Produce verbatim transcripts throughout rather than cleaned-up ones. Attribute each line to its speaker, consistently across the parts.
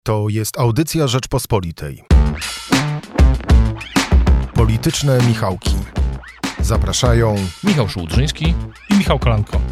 Speaker 1: To jest audycja Rzeczpospolitej. Polityczne Michałki. Zapraszają
Speaker 2: Michał Szułdrzyński i Michał Kolanko.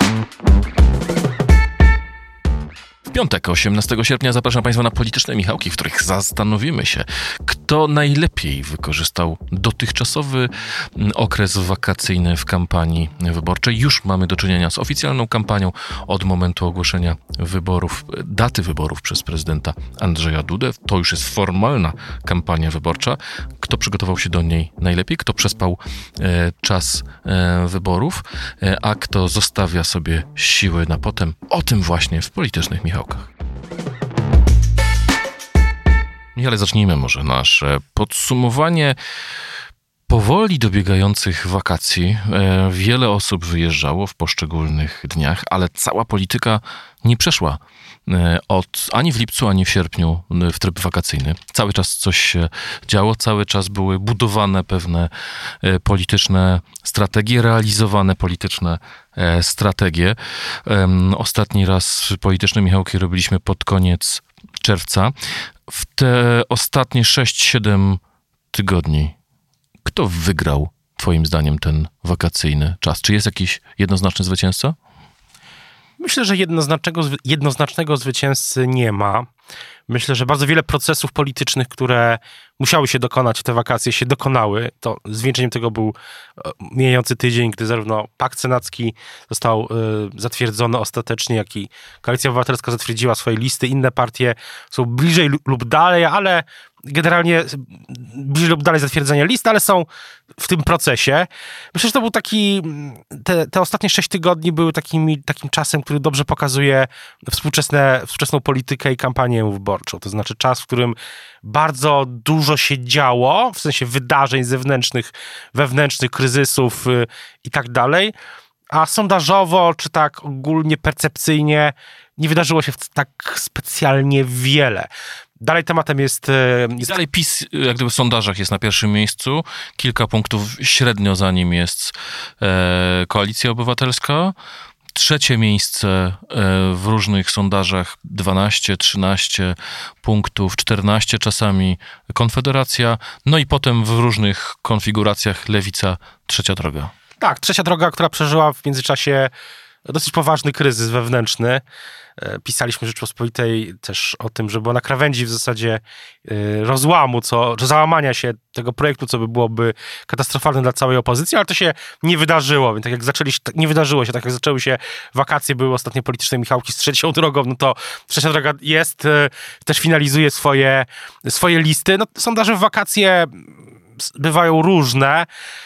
Speaker 2: W piątek, osiemnastego sierpnia, zapraszam Państwa na Polityczne Michałki, w których zastanowimy się, kto najlepiej wykorzystał dotychczasowy okres wakacyjny w kampanii wyborczej. Już mamy do czynienia z oficjalną kampanią od momentu ogłoszenia wyborów, daty wyborów przez prezydenta Andrzeja Dudę. To już jest formalna kampania wyborcza. Kto przygotował się do niej najlepiej, kto przespał e, czas e, wyborów, e, a kto zostawia sobie siły na potem. O tym właśnie w Politycznych Michałkach. Ale zacznijmy może nasze podsumowanie powoli dobiegających wakacji. Wiele osób wyjeżdżało w poszczególnych dniach, ale cała polityka nie przeszła od, ani w lipcu, ani w sierpniu w tryb wakacyjny. Cały czas coś się działo, cały czas były budowane pewne polityczne strategie, realizowane polityczne strategie. Ostatni raz Polityczne Michałki robiliśmy pod koniec czerwca. W te ostatnie sześć siedem tygodni kto wygrał twoim zdaniem ten wakacyjny czas? Czy jest jakiś jednoznaczny zwycięzca?
Speaker 3: Myślę, że jednoznacznego, jednoznacznego zwycięzcy nie ma. Myślę, że bardzo wiele procesów politycznych, które musiały się dokonać w te wakacje, się dokonały. To zwieńczeniem tego był mijający tydzień, gdy zarówno Pakt Senacki został y, zatwierdzony ostatecznie, jak i Koalicja Obywatelska zatwierdziła swoje listy. Inne partie są bliżej lub dalej, ale generalnie bliżej lub dalej zatwierdzenia list, ale są w tym procesie. Myślę, że to był taki, te, te ostatnie sześć tygodni były takimi, takim czasem, który dobrze pokazuje współczesne, współczesną politykę i kampanię wyborczą. To znaczy czas, w którym bardzo dużo się działo, w sensie wydarzeń zewnętrznych, wewnętrznych, kryzysów yy, i tak dalej, a sondażowo, czy tak ogólnie percepcyjnie nie wydarzyło się tak specjalnie wiele. Dalej tematem jest... jest...
Speaker 2: Dalej PiS, jak gdyby w sondażach jest na pierwszym miejscu. Kilka punktów średnio za nim jest e, Koalicja Obywatelska. Trzecie miejsce e, w różnych sondażach dwanaście, trzynaście punktów, czternaście czasami Konfederacja. No i potem w różnych konfiguracjach Lewica, Trzecia Droga.
Speaker 3: Tak, Trzecia Droga, która przeżyła w międzyczasie dosyć poważny kryzys wewnętrzny. Pisaliśmy w Rzeczpospolitej też o tym, że było na krawędzi w zasadzie rozłamu, co, czy załamania się tego projektu, co by byłoby katastrofalne dla całej opozycji, ale to się nie wydarzyło, więc tak jak zaczęli, nie wydarzyło się, tak jak zaczęły się wakacje, były ostatnie Polityczne Michałki z Trzecią Drogą, no to Trzecia Droga jest, też finalizuje swoje, swoje listy. No, sondaże w wakacje bywają różne,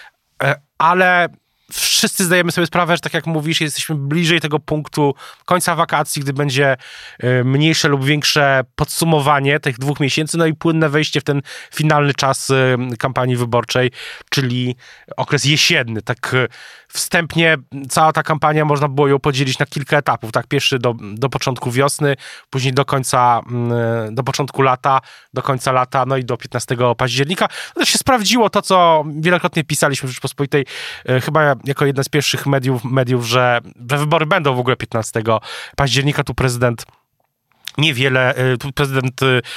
Speaker 3: ale wszyscy zdajemy sobie sprawę, że tak jak mówisz, jesteśmy bliżej tego punktu końca wakacji, gdy będzie mniejsze lub większe podsumowanie tych dwóch miesięcy, no i płynne wejście w ten finalny czas kampanii wyborczej, czyli okres jesienny. Tak wstępnie cała ta kampania, można było ją podzielić na kilka etapów. Tak, pierwszy do, do początku wiosny, później do końca, do początku lata, do końca lata, no i do piętnastego października. To się sprawdziło to, co wielokrotnie pisaliśmy w Rzeczpospolitej, chyba jako jedna z pierwszych mediów, mediów że, że wybory będą w ogóle piętnastego października. Tu prezydent niewiele, tu prezydent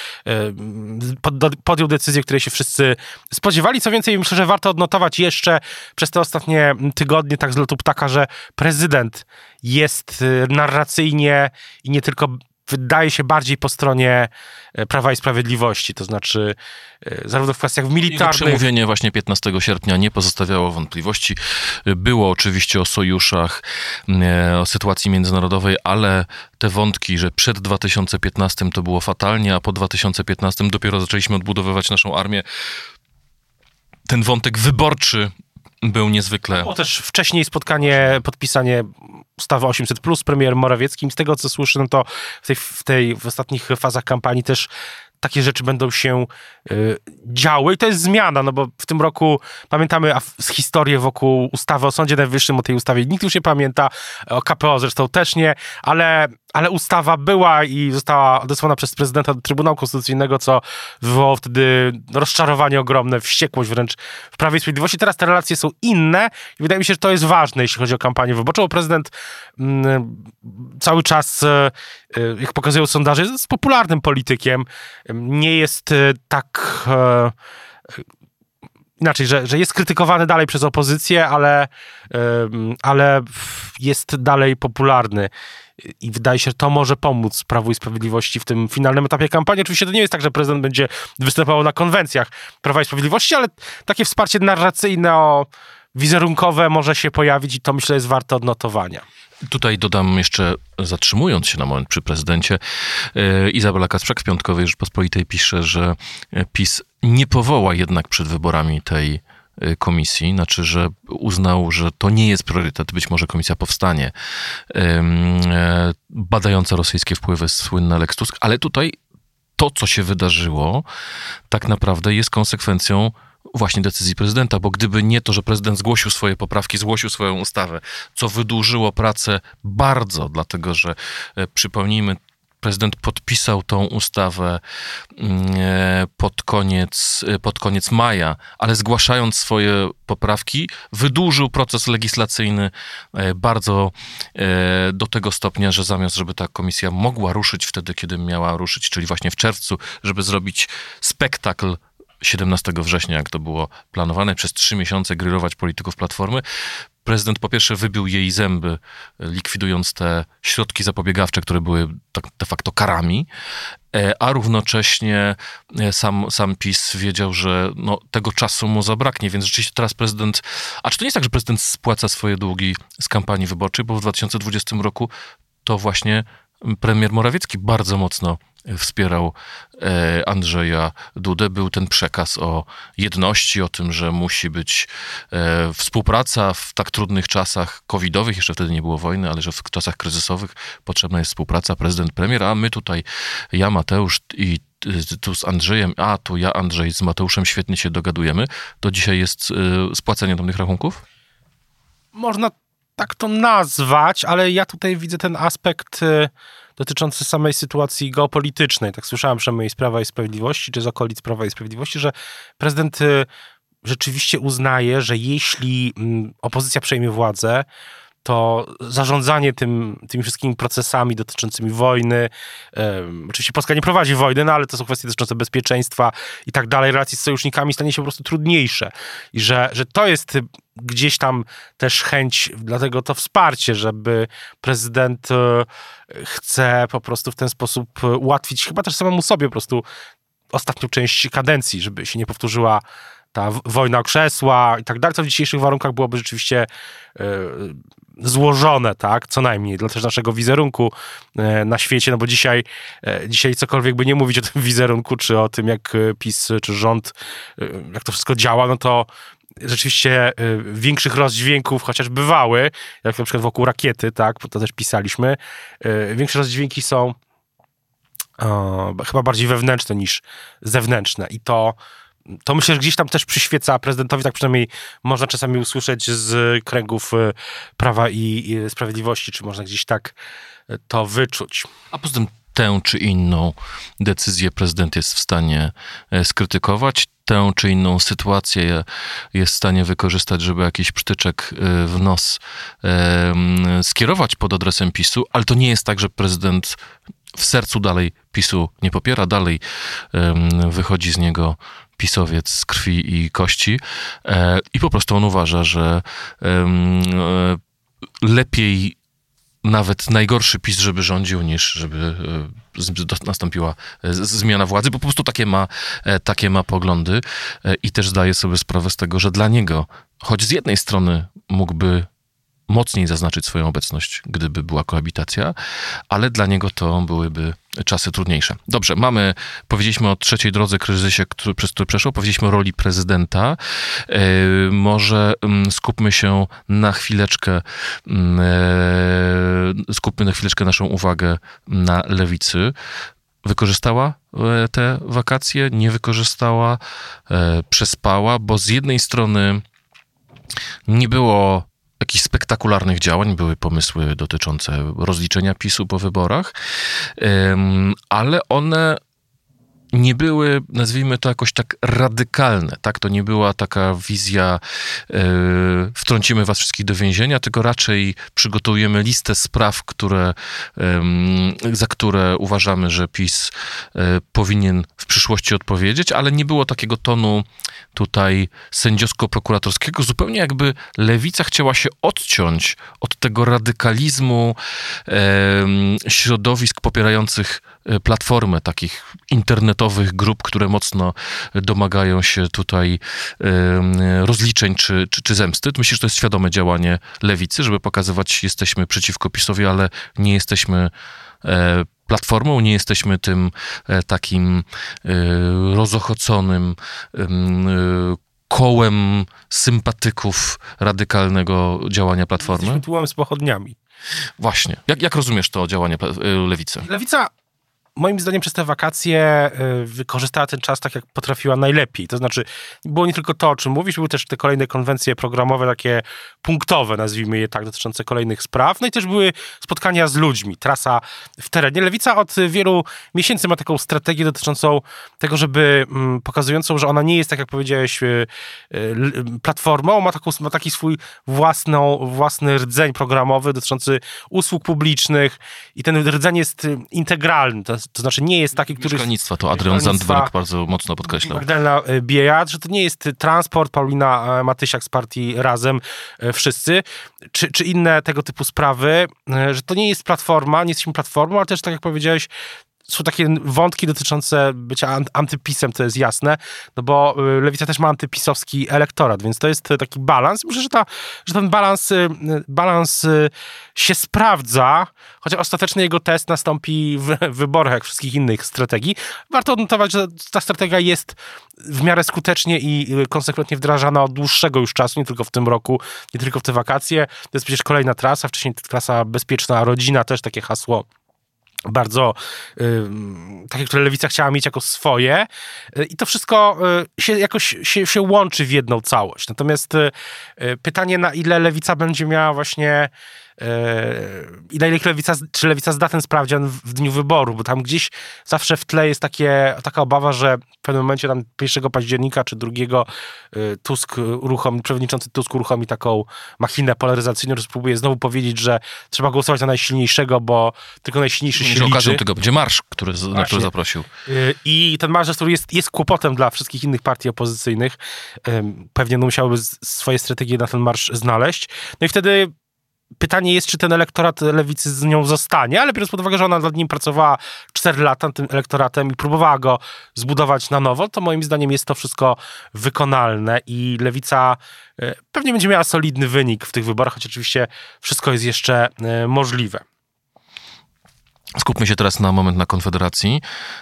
Speaker 3: podjął decyzję, której się wszyscy spodziewali. Co więcej, myślę, że warto odnotować jeszcze przez te ostatnie tygodnie, tak z lotu ptaka, że prezydent jest narracyjnie i nie tylko wydaje się bardziej po stronie Prawa i Sprawiedliwości, to znaczy zarówno w kwestiach militarnych...
Speaker 2: Jego przemówienie właśnie piętnastego sierpnia nie pozostawiało wątpliwości. Było oczywiście o sojuszach, o sytuacji międzynarodowej, ale te wątki, że przed dwa tysiące piętnastym to było fatalnie, a po dwa tysiące piętnastym dopiero zaczęliśmy odbudowywać naszą armię. Ten wątek wyborczy był niezwykle...
Speaker 3: Było też wcześniej spotkanie, podpisanie ustawy osiemset plus z premierem Morawieckim. Z tego, co słyszę, no to w tej, w tej w ostatnich fazach kampanii też takie rzeczy będą się y, działy i to jest zmiana, no bo w tym roku pamiętamy z historii wokół ustawy o Sądzie Najwyższym, o tej ustawie nikt już nie pamięta, o K P O zresztą też nie, ale, ale ustawa była i została odesłana przez prezydenta do Trybunału Konstytucyjnego, co wywołało wtedy rozczarowanie ogromne, wściekłość wręcz w Prawie i Sprawiedliwości. Teraz te relacje są inne i wydaje mi się, że to jest ważne, jeśli chodzi o kampanię wyborczą, bo prezydent cały czas, jak pokazują sondaże, jest popularnym politykiem. Nie jest tak... Inaczej, że, że jest krytykowany dalej przez opozycję, ale, ale jest dalej popularny. I wydaje się, że to może pomóc Prawu i Sprawiedliwości w tym finalnym etapie kampanii. Oczywiście to nie jest tak, że prezydent będzie występował na konwencjach Prawa i Sprawiedliwości, ale takie wsparcie narracyjne, o, wizerunkowe może się pojawić i to, myślę, jest warte odnotowania.
Speaker 2: Tutaj dodam jeszcze, zatrzymując się na moment przy prezydencie, Izabela Kasprzak w Piątkowej Rzeczpospolitej pisze, że PiS nie powoła jednak przed wyborami tej komisji, znaczy, że uznał, że to nie jest priorytet, być może komisja powstanie, badająca rosyjskie wpływy, słynny Lex Tusk, ale tutaj to, co się wydarzyło, tak naprawdę jest konsekwencją właśnie decyzji prezydenta, bo gdyby nie to, że prezydent zgłosił swoje poprawki, zgłosił swoją ustawę, co wydłużyło pracę bardzo, dlatego że, przypomnijmy, prezydent podpisał tą ustawę pod koniec, pod koniec maja, ale zgłaszając swoje poprawki, wydłużył proces legislacyjny bardzo do tego stopnia, że zamiast, żeby ta komisja mogła ruszyć wtedy, kiedy miała ruszyć, czyli właśnie w czerwcu, żeby zrobić spektakl siedemnastego września, jak to było planowane, przez trzy miesiące grillować polityków Platformy, prezydent po pierwsze wybił jej zęby, likwidując te środki zapobiegawcze, które były tak de facto karami, a równocześnie sam, sam PiS wiedział, że no, tego czasu mu zabraknie, więc rzeczywiście teraz prezydent... A czy to nie jest tak, że prezydent spłaca swoje długi z kampanii wyborczej, bo w dwa tysiące dwudziestym roku to właśnie premier Morawiecki bardzo mocno wspierał Andrzeja Dudę. Był ten przekaz o jedności, o tym, że musi być współpraca w tak trudnych czasach covidowych, jeszcze wtedy nie było wojny, ale że w czasach kryzysowych potrzebna jest współpraca, prezydent, premier, a my tutaj, ja, Mateusz i tu z Andrzejem, a tu ja, Andrzej, z Mateuszem świetnie się dogadujemy. To dzisiaj jest spłacenie tych rachunków?
Speaker 3: Można tak to nazwać, ale ja tutaj widzę ten aspekt dotyczący samej sytuacji geopolitycznej. Tak słyszałem przynajmniej z Prawa i Sprawiedliwości, czy z okolic Prawa i Sprawiedliwości, że prezydent rzeczywiście uznaje, że jeśli opozycja przejmie władzę, to zarządzanie tym, tymi wszystkimi procesami dotyczącymi wojny, um, oczywiście Polska nie prowadzi wojny, no ale to są kwestie dotyczące bezpieczeństwa i tak dalej, relacji z sojusznikami, stanie się po prostu trudniejsze. I że, że to jest gdzieś tam też chęć, dlatego to wsparcie, żeby prezydent chce po prostu w ten sposób ułatwić chyba też samemu sobie po prostu ostatnią część kadencji, żeby się nie powtórzyła ta wojna o krzesła i tak dalej, co w dzisiejszych warunkach byłoby rzeczywiście yy, złożone, tak, co najmniej, dla też naszego wizerunku yy, na świecie, no bo dzisiaj, yy, dzisiaj cokolwiek by nie mówić o tym wizerunku, czy o tym, jak PiS, czy rząd, yy, jak to wszystko działa, no to rzeczywiście yy, większych rozdźwięków, chociaż bywały, jak na przykład wokół rakiety, tak, to też pisaliśmy, yy, większe rozdźwięki są yy, chyba bardziej wewnętrzne niż zewnętrzne i to To myślę, że gdzieś tam też przyświeca prezydentowi, tak przynajmniej można czasami usłyszeć z kręgów Prawa i Sprawiedliwości, czy można gdzieś tak to wyczuć.
Speaker 2: A poza tym tę czy inną decyzję prezydent jest w stanie skrytykować, tę czy inną sytuację jest w stanie wykorzystać, żeby jakiś przytyczek w nos skierować pod adresem PiSu, ale to nie jest tak, że prezydent w sercu dalej PiSu nie popiera, dalej wychodzi z niego pisowiec z krwi i kości i po prostu on uważa, że lepiej nawet najgorszy PiS, żeby rządził, niż żeby nastąpiła zmiana władzy, bo po prostu takie ma, takie ma poglądy i też zdaje sobie sprawę z tego, że dla niego, choć z jednej strony mógłby mocniej zaznaczyć swoją obecność, gdyby była koabitacja, ale dla niego to byłyby czasy trudniejsze. Dobrze, mamy, powiedzieliśmy o trzeciej drodze, kryzysie, który, przez który przeszło, powiedzieliśmy o roli prezydenta. E, może m, skupmy się na chwileczkę, m, e, skupmy na chwileczkę naszą uwagę na lewicy. Wykorzystała e, te wakacje, nie wykorzystała, e, przespała, bo z jednej strony nie było jakichś spektakularnych działań, były pomysły dotyczące rozliczenia PiSu po wyborach, ale one nie były, nazwijmy to jakoś tak radykalne, tak? To nie była taka wizja yy, wtrącimy was wszystkich do więzienia, tylko raczej przygotujemy listę spraw, które, yy, za które uważamy, że PiS yy, powinien w przyszłości odpowiedzieć, ale nie było takiego tonu tutaj sędziowsko-prokuratorskiego, zupełnie jakby lewica chciała się odciąć od tego radykalizmu yy, środowisk popierających Platformę, takich internetowych grup, które mocno domagają się tutaj y, rozliczeń czy, czy, czy zemsty. Myślę, że to jest świadome działanie lewicy, żeby pokazywać, jesteśmy przeciwko PiS-owi, ale nie jesteśmy e, Platformą, nie jesteśmy tym e, takim e, rozochoconym e, kołem sympatyków radykalnego działania Platformy.
Speaker 3: Jesteśmy tłumem z pochodniami.
Speaker 2: Właśnie. Jak, jak rozumiesz to działanie lewicy?
Speaker 3: Lewica moim zdaniem przez te wakacje wykorzystała ten czas tak, jak potrafiła najlepiej. To znaczy, było nie tylko to, o czym mówisz, były też te kolejne konwencje programowe, takie punktowe, nazwijmy je tak, dotyczące kolejnych spraw. No i też były spotkania z ludźmi, trasa w terenie. Lewica od wielu miesięcy ma taką strategię dotyczącą tego, żeby pokazującą, że ona nie jest, tak jak powiedziałeś, platformą, ma, taką, ma taki swój własną, własny rdzeń programowy dotyczący usług publicznych i ten rdzeń jest integralny. To, to znaczy nie jest taki, który...
Speaker 2: Mieszkalnictwa, to Adrian Zandberg bardzo mocno podkreślał.
Speaker 3: Magdalena Biejat, że to nie jest transport, Paulina Matysiak z partii Razem, wszyscy, czy, czy inne tego typu sprawy, że to nie jest platforma, nie jesteśmy platformą, ale też, tak jak powiedziałeś, są takie wątki dotyczące bycia antypisem, to jest jasne, no bo Lewica też ma antypisowski elektorat, więc to jest taki balans. Myślę, że, ta, że ten balans, balans się sprawdza, chociaż ostateczny jego test nastąpi w wyborach, jak wszystkich innych strategii. Warto odnotować, że ta strategia jest w miarę skutecznie i konsekwentnie wdrażana od dłuższego już czasu, nie tylko w tym roku, nie tylko w te wakacje. To jest przecież kolejna trasa, wcześniej trasa Bezpieczna Rodzina, też takie hasło bardzo y, takie, które Lewica chciała mieć jako swoje y, i to wszystko y, się jakoś się, się łączy w jedną całość. Natomiast y, pytanie, na ile Lewica będzie miała właśnie i na ile lewica, czy lewica zda ten sprawdzian w, w dniu wyboru, bo tam gdzieś zawsze w tle jest takie, taka obawa, że w pewnym momencie tam pierwszego października czy drugiego Tusk uruchomi, przewodniczący Tusk uruchomi taką machinę polaryzacyjną, że spróbuje znowu powiedzieć, że trzeba głosować na najsilniejszego, bo tylko najsilniejszy się liczy.
Speaker 2: Okazją tego będzie marsz, który, na który zaprosił.
Speaker 3: I ten marsz, który jest, jest kłopotem dla wszystkich innych partii opozycyjnych. Pewnie no, musiałyby swoje strategie na ten marsz znaleźć. No i wtedy pytanie jest, czy ten elektorat lewicy z nią zostanie, ale biorąc pod uwagę, że ona nad nim pracowała cztery lata, tym elektoratem, i próbowała go zbudować na nowo, to moim zdaniem jest to wszystko wykonalne i lewica pewnie będzie miała solidny wynik w tych wyborach, choć oczywiście wszystko jest jeszcze możliwe.
Speaker 2: Skupmy się teraz na moment na Konfederacji.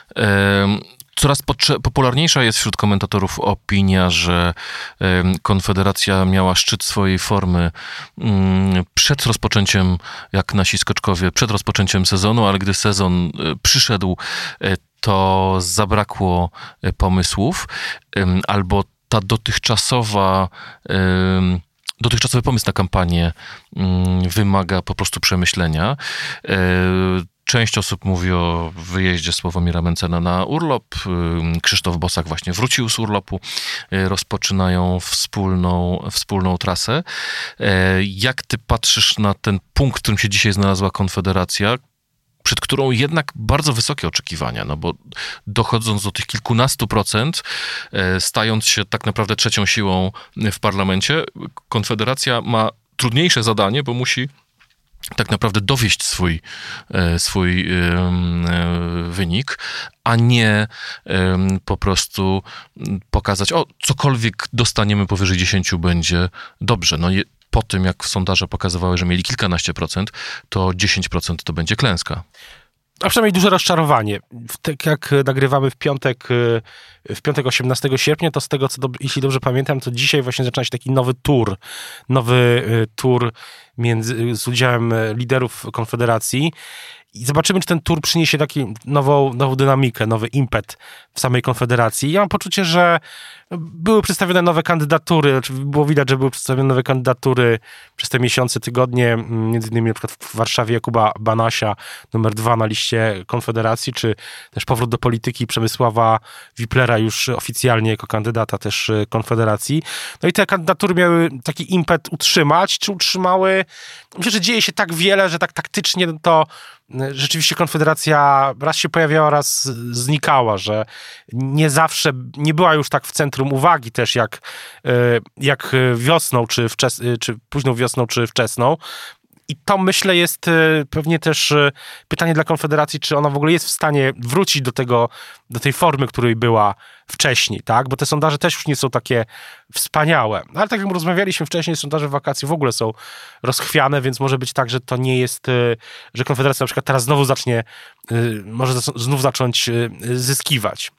Speaker 2: Coraz popularniejsza jest wśród komentatorów opinia, że Konfederacja miała szczyt swojej formy przed rozpoczęciem, jak nasi skoczkowie, przed rozpoczęciem sezonu, ale gdy sezon przyszedł, to zabrakło pomysłów, albo ta dotychczasowa dotychczasowy pomysł na kampanię wymaga po prostu przemyślenia. Część osób mówi o wyjeździe Sławomira Mencena na urlop. Krzysztof Bosak właśnie wrócił z urlopu. Rozpoczynają wspólną, wspólną trasę. Jak ty patrzysz na ten punkt, w którym się dzisiaj znalazła Konfederacja, przed którą jednak bardzo wysokie oczekiwania, no bo dochodząc do tych kilkunastu procent, stając się tak naprawdę trzecią siłą w parlamencie, Konfederacja ma trudniejsze zadanie, bo musi tak naprawdę dowieść swój, swój wynik, a nie po prostu pokazać, o, cokolwiek dostaniemy powyżej dziesięciu będzie dobrze. No po tym, jak sondaże pokazywały, że mieli kilkanaście procent, to dziesięć procent to będzie klęska.
Speaker 3: A przynajmniej duże rozczarowanie. Tak jak nagrywamy w piątek, w piątek osiemnastego sierpnia, to z tego, co do, jeśli dobrze pamiętam, to dzisiaj właśnie zaczyna się taki nowy tur. Nowy tur między, z udziałem liderów Konfederacji. I zobaczymy, czy ten tur przyniesie taką nową, nową dynamikę, nowy impet w samej Konfederacji. Ja mam poczucie, że były przedstawione nowe kandydatury, było widać, że były przedstawione nowe kandydatury przez te miesiące, tygodnie, między innymi na przykład w Warszawie Jakuba Banasia, numer dwa na liście Konfederacji, czy też powrót do polityki Przemysława Wiplera już oficjalnie jako kandydata też Konfederacji. No i te kandydatury miały taki impet utrzymać, czy utrzymały. Myślę, że dzieje się tak wiele, że tak taktycznie to rzeczywiście Konfederacja raz się pojawiała, raz znikała, że nie zawsze, nie była już tak w centrum uwagi też jak, jak wiosną, czy, wczes, czy późną wiosną, czy wczesną. I to, myślę, jest pewnie też pytanie dla Konfederacji, czy ona w ogóle jest w stanie wrócić do tego, do tej formy, której była wcześniej, tak? Bo te sondaże też już nie są takie wspaniałe. Ale tak jak rozmawialiśmy wcześniej, sondaże w wakacji w ogóle są rozchwiane, więc może być tak, że to nie jest, że Konfederacja na przykład teraz znowu zacznie, może znów zacząć zyskiwać.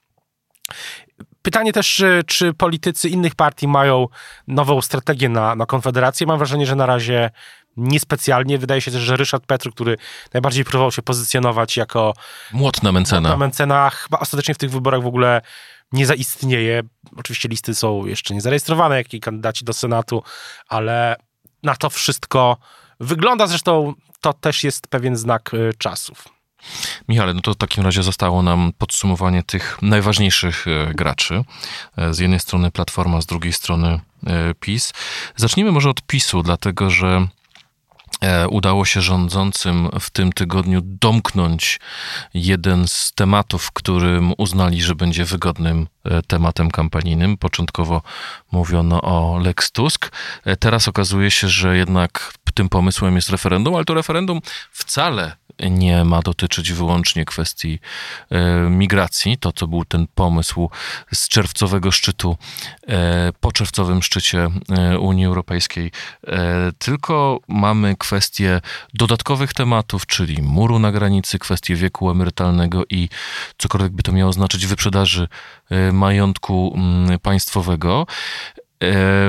Speaker 3: Pytanie też, czy, czy politycy innych partii mają nową strategię na, na Konfederację. Mam wrażenie, że na razie niespecjalnie. Wydaje się też, że Ryszard Petru, który najbardziej próbował się pozycjonować jako
Speaker 2: Młot na Mentzena.
Speaker 3: Młot na Mentzena, chyba ostatecznie w tych wyborach w ogóle nie zaistnieje. Oczywiście listy są jeszcze nie zarejestrowane, jak i kandydaci do Senatu, ale na to wszystko wygląda. Zresztą to też jest pewien znak czasów.
Speaker 2: Michale, no to w takim razie zostało nam podsumowanie tych najważniejszych graczy. Z jednej strony Platforma, z drugiej strony PiS. Zacznijmy może od PiSu, dlatego że udało się rządzącym w tym tygodniu domknąć jeden z tematów, którym uznali, że będzie wygodnym tematem kampanijnym. Początkowo mówiono o Lex Tusk. Teraz okazuje się, że jednak tym pomysłem jest referendum, ale to referendum wcale nie ma dotyczyć wyłącznie kwestii e, migracji. To, co był ten pomysł z czerwcowego szczytu, e, po czerwcowym szczycie e, Unii Europejskiej. E, tylko mamy kwestię dodatkowych tematów, czyli muru na granicy, kwestię wieku emerytalnego i cokolwiek by to miało znaczyć wyprzedaży e, majątku m, państwowego. E,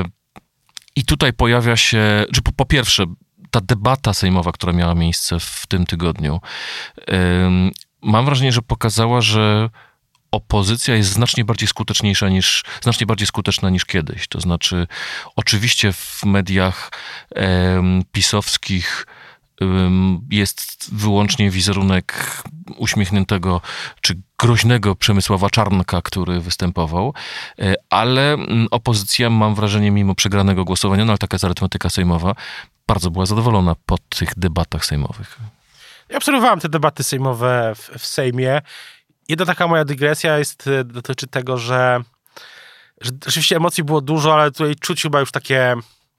Speaker 2: I tutaj pojawia się, że po, po pierwsze, ta debata sejmowa, która miała miejsce w tym tygodniu, mam wrażenie, że pokazała, że opozycja jest znacznie bardziej skuteczniejsza niż, znacznie bardziej skuteczna niż kiedyś. To znaczy, oczywiście w mediach pisowskich jest wyłącznie wizerunek uśmiechniętego czy groźnego Przemysława Czarnka, który występował, ale opozycja, mam wrażenie, mimo przegranego głosowania, no ale taka jest arytmetyka sejmowa, bardzo była zadowolona po tych debatach sejmowych.
Speaker 3: Ja obserwowałem te debaty sejmowe w, w Sejmie. Jedna taka moja dygresja jest, dotyczy tego, że, że rzeczywiście emocji było dużo, ale tutaj czuć chyba już takie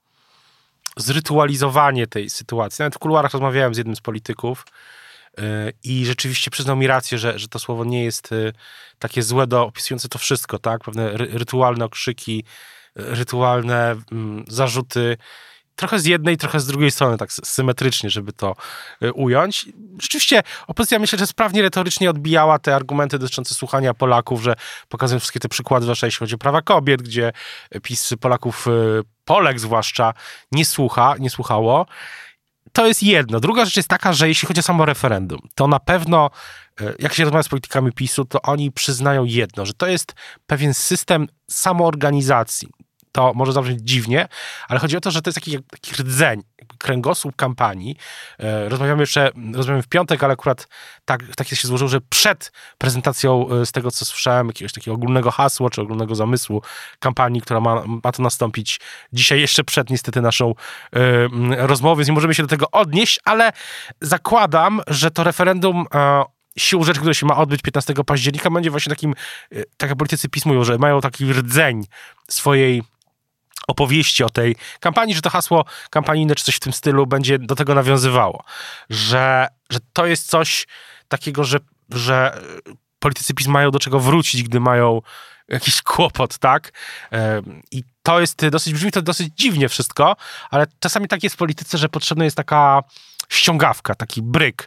Speaker 3: zrytualizowanie tej sytuacji. Nawet w kuluarach rozmawiałem z jednym z polityków yy, i rzeczywiście przyznał mi rację, że, że to słowo nie jest yy, takie złe do opisujące to wszystko, tak? Pewne ry- rytualne okrzyki, rytualne yy, zarzuty. Trochę z jednej, trochę z drugiej strony, tak symetrycznie, żeby to y, ująć. Rzeczywiście opozycja, myślę, że sprawnie retorycznie odbijała te argumenty dotyczące słuchania Polaków, że pokazują wszystkie te przykłady, zwłaszcza jeśli chodzi o prawa kobiet, gdzie PiS Polaków, y, Polek zwłaszcza, nie słucha, nie słuchało. To jest jedno. Druga rzecz jest taka, że jeśli chodzi o samo referendum, to na pewno, y, jak się rozmawia z politykami PiSu, to oni przyznają jedno, że to jest pewien system samoorganizacji. To może zabrzmieć dziwnie, ale chodzi o to, że to jest taki, taki rdzeń, kręgosłup kampanii. Rozmawiamy jeszcze, rozmawiamy w piątek, ale akurat tak, tak się złożyło, że przed prezentacją, z tego co słyszałem, jakiegoś takiego ogólnego hasła, czy ogólnego zamysłu kampanii, która ma, ma to nastąpić dzisiaj, jeszcze przed niestety naszą y, rozmową, więc nie możemy się do tego odnieść, ale zakładam, że to referendum y, sił rzeczy, które się ma odbyć piętnastego października, będzie właśnie takim, tak jak politycy PiS mówią, że mają taki rdzeń swojej opowieści o tej kampanii, że to hasło kampanijne czy coś w tym stylu będzie do tego nawiązywało. Że, że to jest coś takiego, że, że politycy PiS mają do czego wrócić, gdy mają jakiś kłopot, tak? I to jest dosyć, brzmi to dosyć dziwnie wszystko, ale czasami tak jest w polityce, że potrzebna jest taka ściągawka, taki bryk,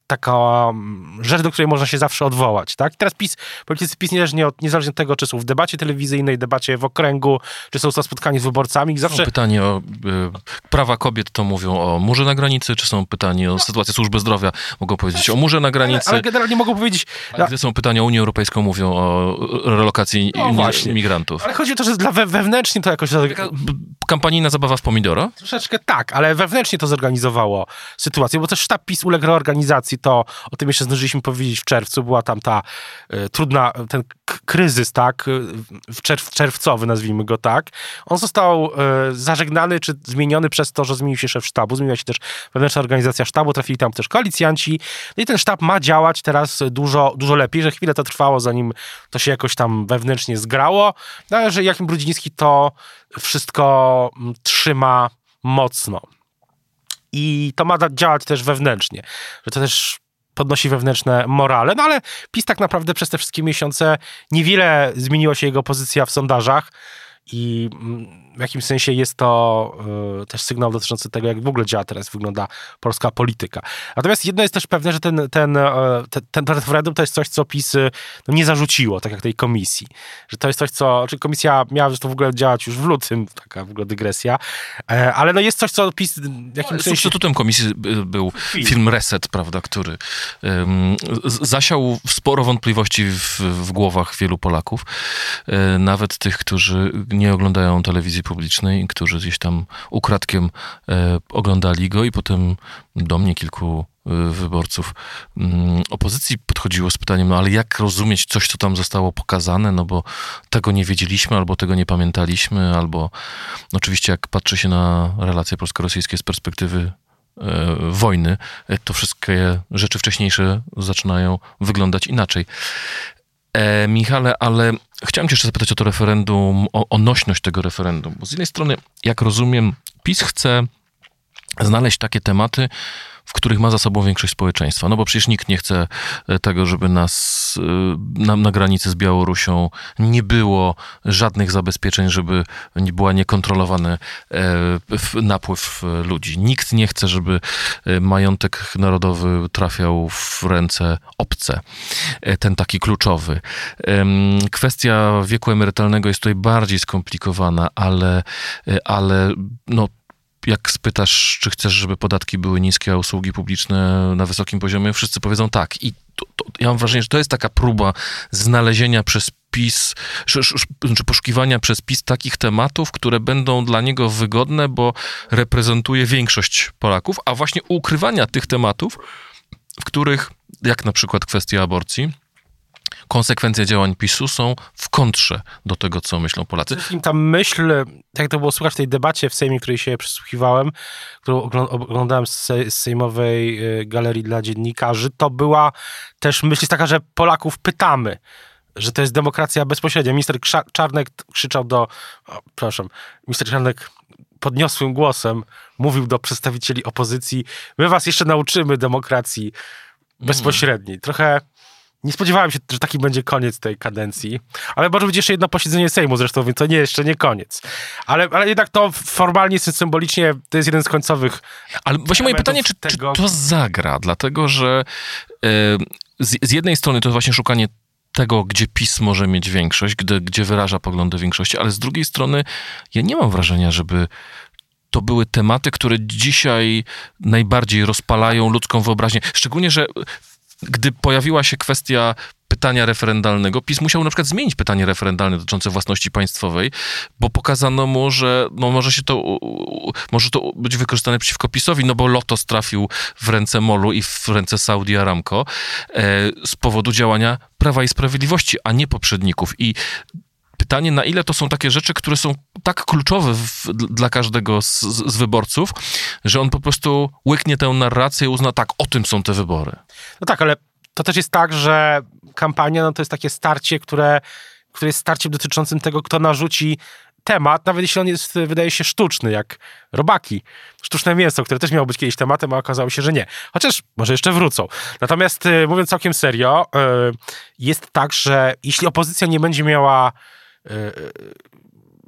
Speaker 3: taka rzecz, do której można się zawsze odwołać, tak? I teraz PiS, politycy PiS niezależnie od, niezależnie od tego, czy są w debacie telewizyjnej, debacie w okręgu, czy są to spotkani z wyborcami, zawsze...
Speaker 2: Są pytanie o y, prawa kobiet, to mówią o murze na granicy, czy są pytania o sytuację służby zdrowia, mogą powiedzieć o murze na granicy.
Speaker 3: Ale, ale generalnie mogą powiedzieć...
Speaker 2: A gdy są pytania o Unię Europejską, mówią o relokacji
Speaker 3: no właśnie.
Speaker 2: migrantów.
Speaker 3: Ale chodzi o to, że dla we, wewnętrznie to jakoś...
Speaker 2: Taka kampanijna zabawa w pomidora?
Speaker 3: Troszeczkę tak, ale wewnętrznie to zorganizowało sytuację, bo też sztab PiS uległ reorganizacji, to o tym jeszcze zdążyliśmy powiedzieć w czerwcu, była tam ta y, trudna, ten k- kryzys, tak, w czerw- czerwcowy, nazwijmy go tak. On został y, zażegnany, czy zmieniony przez to, że zmienił się szef sztabu, zmieniła się też wewnętrzna organizacja sztabu, trafili tam też koalicjanci, no i ten sztab ma działać teraz dużo, dużo lepiej, że chwilę to trwało, zanim to się jakoś tam wewnętrznie zgrało, no ale że Joachim Brudziński to wszystko trzyma mocno. I to ma działać też wewnętrznie, że to też podnosi wewnętrzne morale, no ale PiS tak naprawdę przez te wszystkie miesiące niewiele zmieniła się jego pozycja w sondażach i w jakimś sensie jest to y, też sygnał dotyczący tego, jak w ogóle działa teraz, wygląda polska polityka. Natomiast jedno jest też pewne, że ten, ten, y, ten, ten referendum to jest coś, co PiS y, no, nie zarzuciło, tak jak tej komisji. Że to jest coś, co... Czy komisja miała zresztą w ogóle działać już w lutym, taka w ogóle dygresja, e, ale no jest coś, co PiS w jakimś sensie...
Speaker 2: Substytutem komisji był film, film Reset, prawda, który um, zasiał sporo wątpliwości w, w głowach wielu Polaków, e, nawet tych, którzy nie oglądają telewizji publicznej, którzy gdzieś tam ukradkiem e, oglądali go i potem do mnie kilku e, wyborców m, opozycji podchodziło z pytaniem, no ale jak rozumieć coś, co tam zostało pokazane, no bo tego nie wiedzieliśmy, albo tego nie pamiętaliśmy, albo no, oczywiście jak patrzy się na relacje polsko-rosyjskie z perspektywy e, wojny, e, to wszystkie rzeczy wcześniejsze zaczynają wyglądać inaczej. E, Michale, ale chciałem cię jeszcze zapytać o to referendum, o, o nośność tego referendum, bo z jednej strony, jak rozumiem, PiS chce znaleźć takie tematy, w których ma za sobą większość społeczeństwa. No bo przecież nikt nie chce tego, żeby nas na, na granicy z Białorusią nie było żadnych zabezpieczeń, żeby nie była niekontrolowany napływ ludzi. Nikt nie chce, żeby majątek narodowy trafiał w ręce obce. Ten taki kluczowy. Kwestia wieku emerytalnego jest tutaj bardziej skomplikowana, ale, ale no jak spytasz, czy chcesz, żeby podatki były niskie, a usługi publiczne na wysokim poziomie, wszyscy powiedzą tak. I to, to, ja mam wrażenie, że to jest taka próba znalezienia przez PiS, czy, czy poszukiwania przez PiS takich tematów, które będą dla niego wygodne, bo reprezentuje większość Polaków, a właśnie ukrywania tych tematów, w których, jak na przykład kwestia aborcji, konsekwencje działań PiSu są w kontrze do tego, co myślą Polacy.
Speaker 3: Ta myśl, jak to było słychać w tej debacie w Sejmie, której się przysłuchiwałem, którą oglądałem z sejmowej galerii dla dziennikarzy, to była też myśl jest taka, że Polaków pytamy, że to jest demokracja bezpośrednia. Minister Czarnek krzyczał do, o, przepraszam, minister Czarnek podniosłym głosem mówił do przedstawicieli opozycji, my was jeszcze nauczymy demokracji bezpośredniej. Trochę nie spodziewałem się, że taki będzie koniec tej kadencji, ale może być jeszcze jedno posiedzenie Sejmu zresztą, więc to nie, jeszcze nie koniec. Ale, ale jednak to formalnie, symbolicznie to jest jeden z końcowych.
Speaker 2: Ale właśnie moje pytanie, czy, tego... czy to zagra? Dlatego, że yy, z, z jednej strony to jest właśnie szukanie tego, gdzie PiS może mieć większość, gdzie, gdzie wyraża poglądy większości, ale z drugiej strony ja nie mam wrażenia, żeby to były tematy, które dzisiaj najbardziej rozpalają ludzką wyobraźnię. Szczególnie, że gdy pojawiła się kwestia pytania referendalnego, PiS musiał na przykład zmienić pytanie referendalne dotyczące własności państwowej, bo pokazano mu, że no może się to, może to być wykorzystane przeciwko PiSowi, no bo Lotos trafił w ręce MOL-u i w ręce Saudi Aramco e, z powodu działania Prawa i Sprawiedliwości, a nie poprzedników. I pytanie, na ile to są takie rzeczy, które są tak kluczowe w, dla każdego z, z wyborców, że on po prostu łyknie tę narrację i uzna, tak, o tym są te wybory.
Speaker 3: No tak, ale to też jest tak, że kampania no to jest takie starcie, które, które jest starciem dotyczącym tego, kto narzuci temat, nawet jeśli on jest, wydaje się, sztuczny, jak robaki. Sztuczne mięso, które też miało być kiedyś tematem, a okazało się, że nie. Chociaż może jeszcze wrócą. Natomiast mówiąc całkiem serio, jest tak, że jeśli opozycja nie będzie miała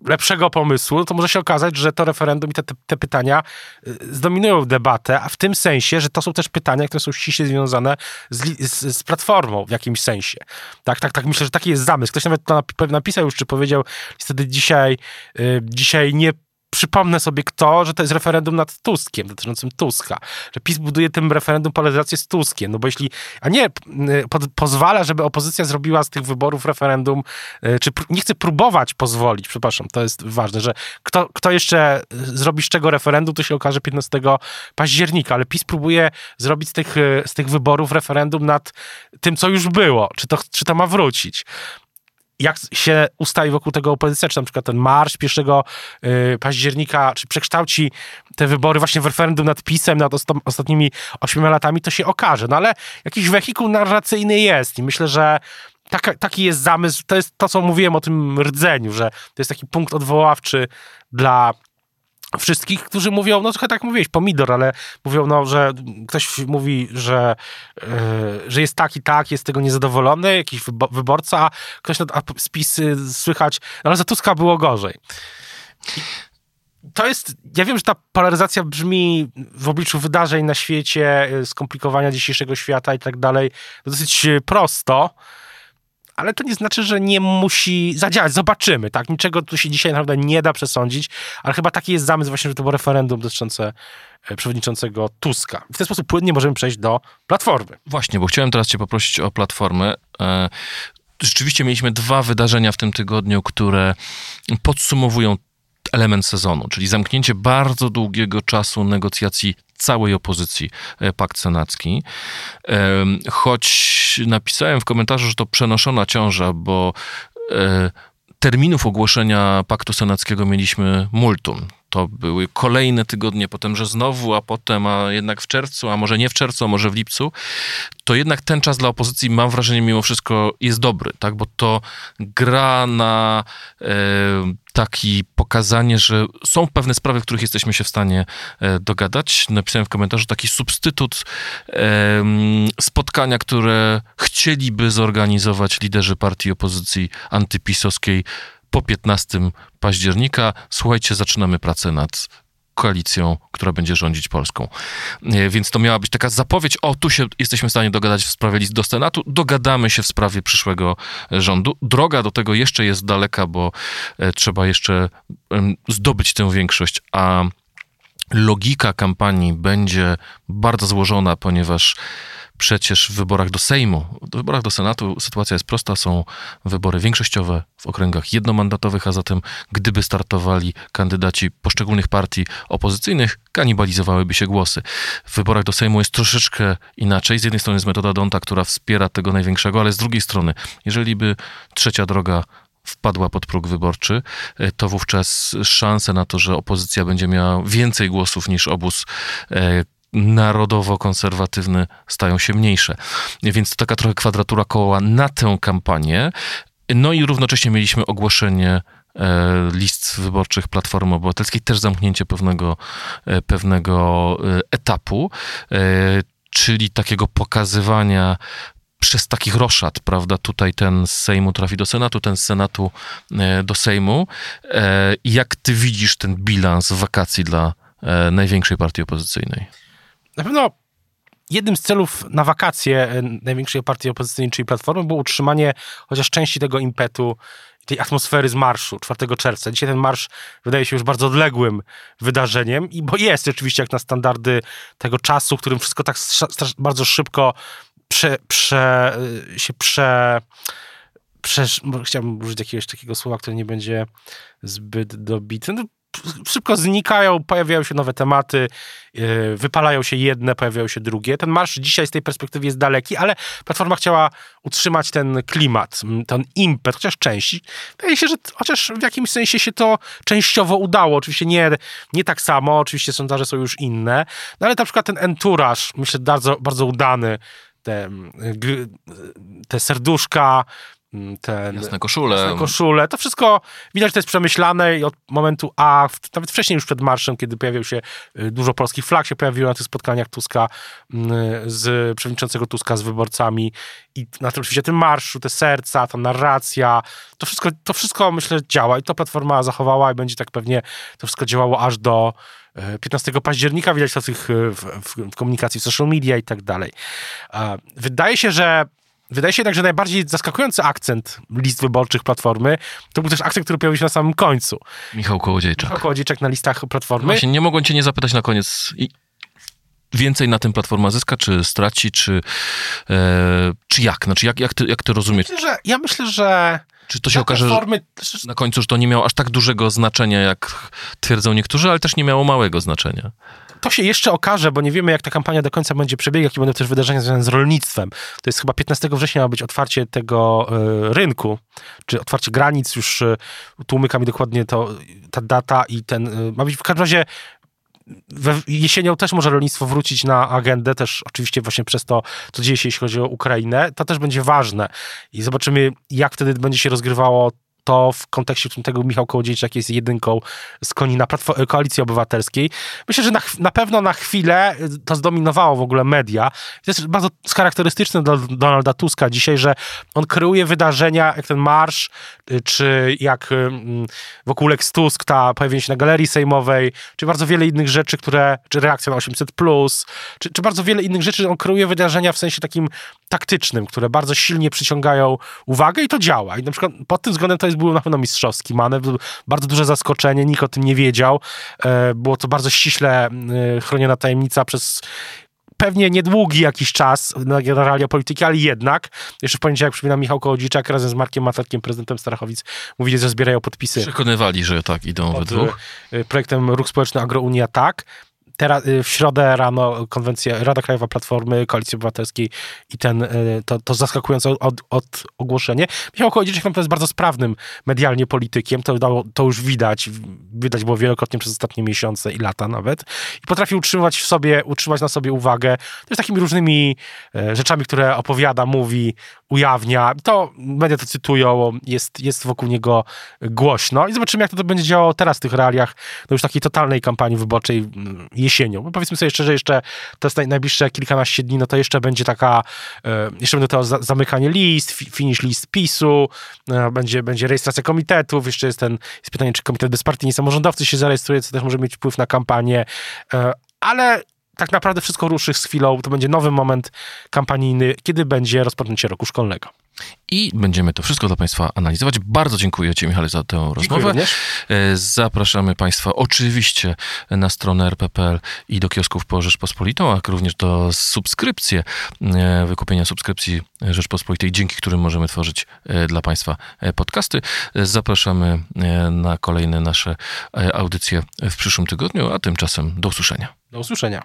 Speaker 3: lepszego pomysłu, to może się okazać, że to referendum i te, te, te pytania zdominują debatę, a w tym sensie, że to są też pytania, które są ściśle związane z, z, z Platformą w jakimś sensie. Tak, tak, tak myślę, że taki jest zamysł. Ktoś nawet to napisał już, czy powiedział, wtedy dzisiaj, yy, dzisiaj nie przypomnę sobie kto, że to jest referendum nad Tuskiem, dotyczącym Tuska. Że PiS buduje tym referendum polaryzację z Tuskiem. No bo jeśli, a nie po, pozwala, żeby opozycja zrobiła z tych wyborów referendum, czy pr- nie chce próbować pozwolić, przepraszam, to jest ważne, że kto, kto jeszcze zrobi z czego referendum, to się okaże piętnastego października, ale PiS próbuje zrobić z tych, z tych wyborów referendum nad tym, co już było. Czy to, czy to ma wrócić? Jak się ustawi wokół tego opozycja, czy na przykład ten marsz pierwszego października, czy przekształci te wybory właśnie w referendum nad PiS-em, nad osta- ostatnimi ośmioma latami, to się okaże. No ale jakiś wehikuł narracyjny jest i myślę, że taka, taki jest zamysł. To jest to, co mówiłem o tym rdzeniu, że to jest taki punkt odwoławczy dla wszystkich, którzy mówią, no trochę tak mówiłeś, pomidor, ale mówią, no, że ktoś mówi, że, yy, że jest tak i tak, jest z tego niezadowolony, jakiś wybo- wyborca, a ktoś na spisy słychać, no, ale za Tuska było gorzej. I to jest, ja wiem, że ta polaryzacja brzmi w obliczu wydarzeń na świecie, skomplikowania dzisiejszego świata i tak dalej, dosyć prosto, ale to nie znaczy, że nie musi zadziałać. Zobaczymy, tak? Niczego tu się dzisiaj naprawdę nie da przesądzić, ale chyba taki jest zamysł właśnie, że to było referendum dotyczące przewodniczącego Tuska. W ten sposób płynnie możemy przejść do Platformy.
Speaker 2: Właśnie, bo chciałem teraz cię poprosić o Platformę. Rzeczywiście mieliśmy dwa wydarzenia w tym tygodniu, które podsumowują element sezonu, czyli zamknięcie bardzo długiego czasu negocjacji całej opozycji, pakt senacki. Choć napisałem w komentarzu, że to przenoszona ciąża, bo terminów ogłoszenia paktu senackiego mieliśmy multum. To były kolejne tygodnie, potem, że znowu, a potem, a jednak w czerwcu, a może nie w czerwcu, a może w lipcu, to jednak ten czas dla opozycji, mam wrażenie, mimo wszystko jest dobry, tak? Bo to gra na e, takie pokazanie, że są pewne sprawy, w których jesteśmy się w stanie e, dogadać. Napisałem w komentarzu taki substytut e, spotkania, które chcieliby zorganizować liderzy partii opozycji antypisowskiej po piętnastego października. Słuchajcie, zaczynamy pracę nad koalicją, która będzie rządzić Polską. Więc to miała być taka zapowiedź, o, tu się jesteśmy w stanie dogadać w sprawie list do Senatu, dogadamy się w sprawie przyszłego rządu. Droga do tego jeszcze jest daleka, bo trzeba jeszcze zdobyć tę większość, a logika kampanii będzie bardzo złożona, ponieważ przecież w wyborach do Sejmu, w wyborach do Senatu sytuacja jest prosta, są wybory większościowe w okręgach jednomandatowych, a zatem gdyby startowali kandydaci poszczególnych partii opozycyjnych, kanibalizowałyby się głosy. W wyborach do Sejmu jest troszeczkę inaczej. Z jednej strony jest metoda Donta, która wspiera tego największego, ale z drugiej strony, jeżeli by trzecia droga wpadła pod próg wyborczy, to wówczas szanse na to, że opozycja będzie miała więcej głosów niż obóz narodowo-konserwatywny stają się mniejsze. Więc to taka trochę kwadratura koła na tę kampanię. No i równocześnie mieliśmy ogłoszenie list wyborczych Platformy Obywatelskiej, też zamknięcie pewnego, pewnego etapu, czyli takiego pokazywania przez takich roszad, prawda, tutaj ten z Sejmu trafi do Senatu, ten z Senatu do Sejmu. Jak ty widzisz ten bilans wakacji dla największej partii opozycyjnej?
Speaker 3: Na pewno jednym z celów na wakacje największej partii opozycyjnej, czyli Platformy, było utrzymanie chociaż części tego impetu, tej atmosfery z marszu czwartego czerwca. Dzisiaj ten marsz wydaje się już bardzo odległym wydarzeniem, i bo jest oczywiście jak na standardy tego czasu, w którym wszystko tak strasz, bardzo szybko prze, prze, się prze... prze chciałbym użyć jakiegoś takiego słowa, które nie będzie zbyt dobitne. No, szybko znikają, pojawiają się nowe tematy, yy, wypalają się jedne, pojawiają się drugie. Ten marsz dzisiaj z tej perspektywy jest daleki, ale Platforma chciała utrzymać ten klimat, ten impet, chociaż części. Wydaje się, że chociaż w jakimś sensie się to częściowo udało. Oczywiście nie, nie tak samo, oczywiście sondaże są już inne, no ale na przykład ten enturaż, myślę, bardzo, bardzo udany, te, te serduszka, ten...
Speaker 2: Jasne koszule.
Speaker 3: Jasne koszule. To wszystko widać, że to jest przemyślane i od momentu A, nawet wcześniej już przed marszem, kiedy pojawił się dużo polskich flag, się pojawiło na tych spotkaniach Tuska z przewodniczącego Tuska z wyborcami i na tym oczywiście tym marszu, te serca, ta narracja, to wszystko, to wszystko myślę działa i to Platforma zachowała i będzie tak pewnie to wszystko działało aż do piętnastego października, widać to w, tych, w, w komunikacji w social media i tak dalej. Wydaje się, że Wydaje się jednak, że najbardziej zaskakujący akcent list wyborczych Platformy to był też akcent, który pojawił się na samym końcu.
Speaker 2: Michał Kołodziejczak.
Speaker 3: Michał Kołodziejczak na listach Platformy.
Speaker 2: Właśnie nie mogłem cię nie zapytać na koniec, i więcej na tym Platforma zyska, czy straci, czy, e, czy jak? Znaczy jak, jak, ty, jak ty rozumiesz?
Speaker 3: Myślę, że, ja myślę, że...
Speaker 2: Czy to się okaże
Speaker 3: platformy...
Speaker 2: że na końcu, że to nie miało aż tak dużego znaczenia, jak twierdzą niektórzy, ale też nie miało małego znaczenia?
Speaker 3: To się jeszcze okaże, bo nie wiemy, jak ta kampania do końca będzie przebiegać, jakie będą też wydarzenia związane z rolnictwem. To jest chyba piętnastego września ma być otwarcie tego y, rynku, czy otwarcie granic, już y, tu umyka mi dokładnie to, ta data i ten... Y, ma być w każdym razie we, jesienią też może rolnictwo wrócić na agendę, też oczywiście właśnie przez to, co dzieje się, jeśli chodzi o Ukrainę. To też będzie ważne i zobaczymy, jak wtedy będzie się rozgrywało to w kontekście tego Michał Kołodziejczak jest jedynką z koni na Platform- Koalicji Obywatelskiej. Myślę, że na, na pewno na chwilę to zdominowało w ogóle media. To jest bardzo charakterystyczne dla Donalda Tuska dzisiaj, że on kreuje wydarzenia, jak ten marsz, czy jak wokół Lex Tusk, ta pojawienie się na Galerii Sejmowej, czy bardzo wiele innych rzeczy, które, czy reakcja na osiemset plus, czy, czy bardzo wiele innych rzeczy. On kreuje wydarzenia w sensie takim taktycznym, które bardzo silnie przyciągają uwagę i to działa. I na przykład pod tym względem to jest był na pewno mistrzowski manewr, bardzo duże zaskoczenie, nikt o tym nie wiedział. Było to bardzo ściśle chroniona tajemnica przez pewnie niedługi jakiś czas na realia polityki, ale jednak, jeszcze w poniedziałek przypominam, Michał Kołodziejczak razem z Markiem Materkiem, prezydentem Starachowic, mówili, że zbierają podpisy.
Speaker 2: Przekonywali, że tak, idą we dwóch.
Speaker 3: Projektem Ruch Społeczny Agrounia tak. Teraz, w środę rano konwencja, Rada Krajowa Platformy, Koalicji Obywatelskiej i ten, to, to zaskakujące od, od ogłoszenie. Michał Kołodziejczak jest bardzo sprawnym medialnie politykiem, to, dało, to już widać, widać było wielokrotnie przez ostatnie miesiące i lata nawet. I potrafi utrzymać w sobie, utrzymać na sobie uwagę też takimi różnymi rzeczami, które opowiada, mówi, ujawnia. To media to cytują, jest, jest wokół niego głośno i zobaczymy, jak to, to będzie działało teraz w tych realiach, no już takiej totalnej kampanii wyborczej jesienią. Bo powiedzmy sobie szczerze, jeszcze to jest najbliższe kilkanaście dni, no to jeszcze będzie taka, jeszcze będzie to zamykanie list, finish list PiSu, będzie, będzie rejestracja komitetów, jeszcze jest ten, jest pytanie, czy komitet bezpartyjni samorządowcy się zarejestruje, co też może mieć wpływ na kampanię, ale tak naprawdę wszystko ruszy z chwilą, to będzie nowy moment kampanijny, kiedy będzie rozpoczęcie roku szkolnego.
Speaker 2: I będziemy to wszystko dla Państwa analizować. Bardzo dziękuję Ci, Michale, za tę rozmowę.
Speaker 3: Również.
Speaker 2: Zapraszamy Państwa oczywiście na stronę er pe pe el i do kiosków po Rzeczpospolitą, jak również do subskrypcji, wykupienia subskrypcji Rzeczpospolitej, dzięki którym możemy tworzyć dla Państwa podcasty. Zapraszamy na kolejne nasze audycje w przyszłym tygodniu, a tymczasem do usłyszenia.
Speaker 3: Do usłyszenia.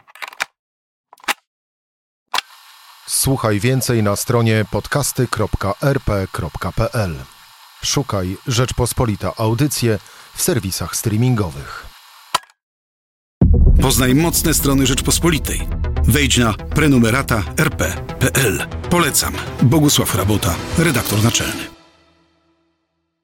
Speaker 1: Słuchaj więcej na stronie podcasty kropka er pe kropka pe el. Szukaj Rzeczpospolita Audycje w serwisach streamingowych.
Speaker 4: Poznaj mocne strony Rzeczpospolitej. Wejdź na prenumerata er pe kropka pe el. Polecam. Bogusław Rabota, redaktor naczelny.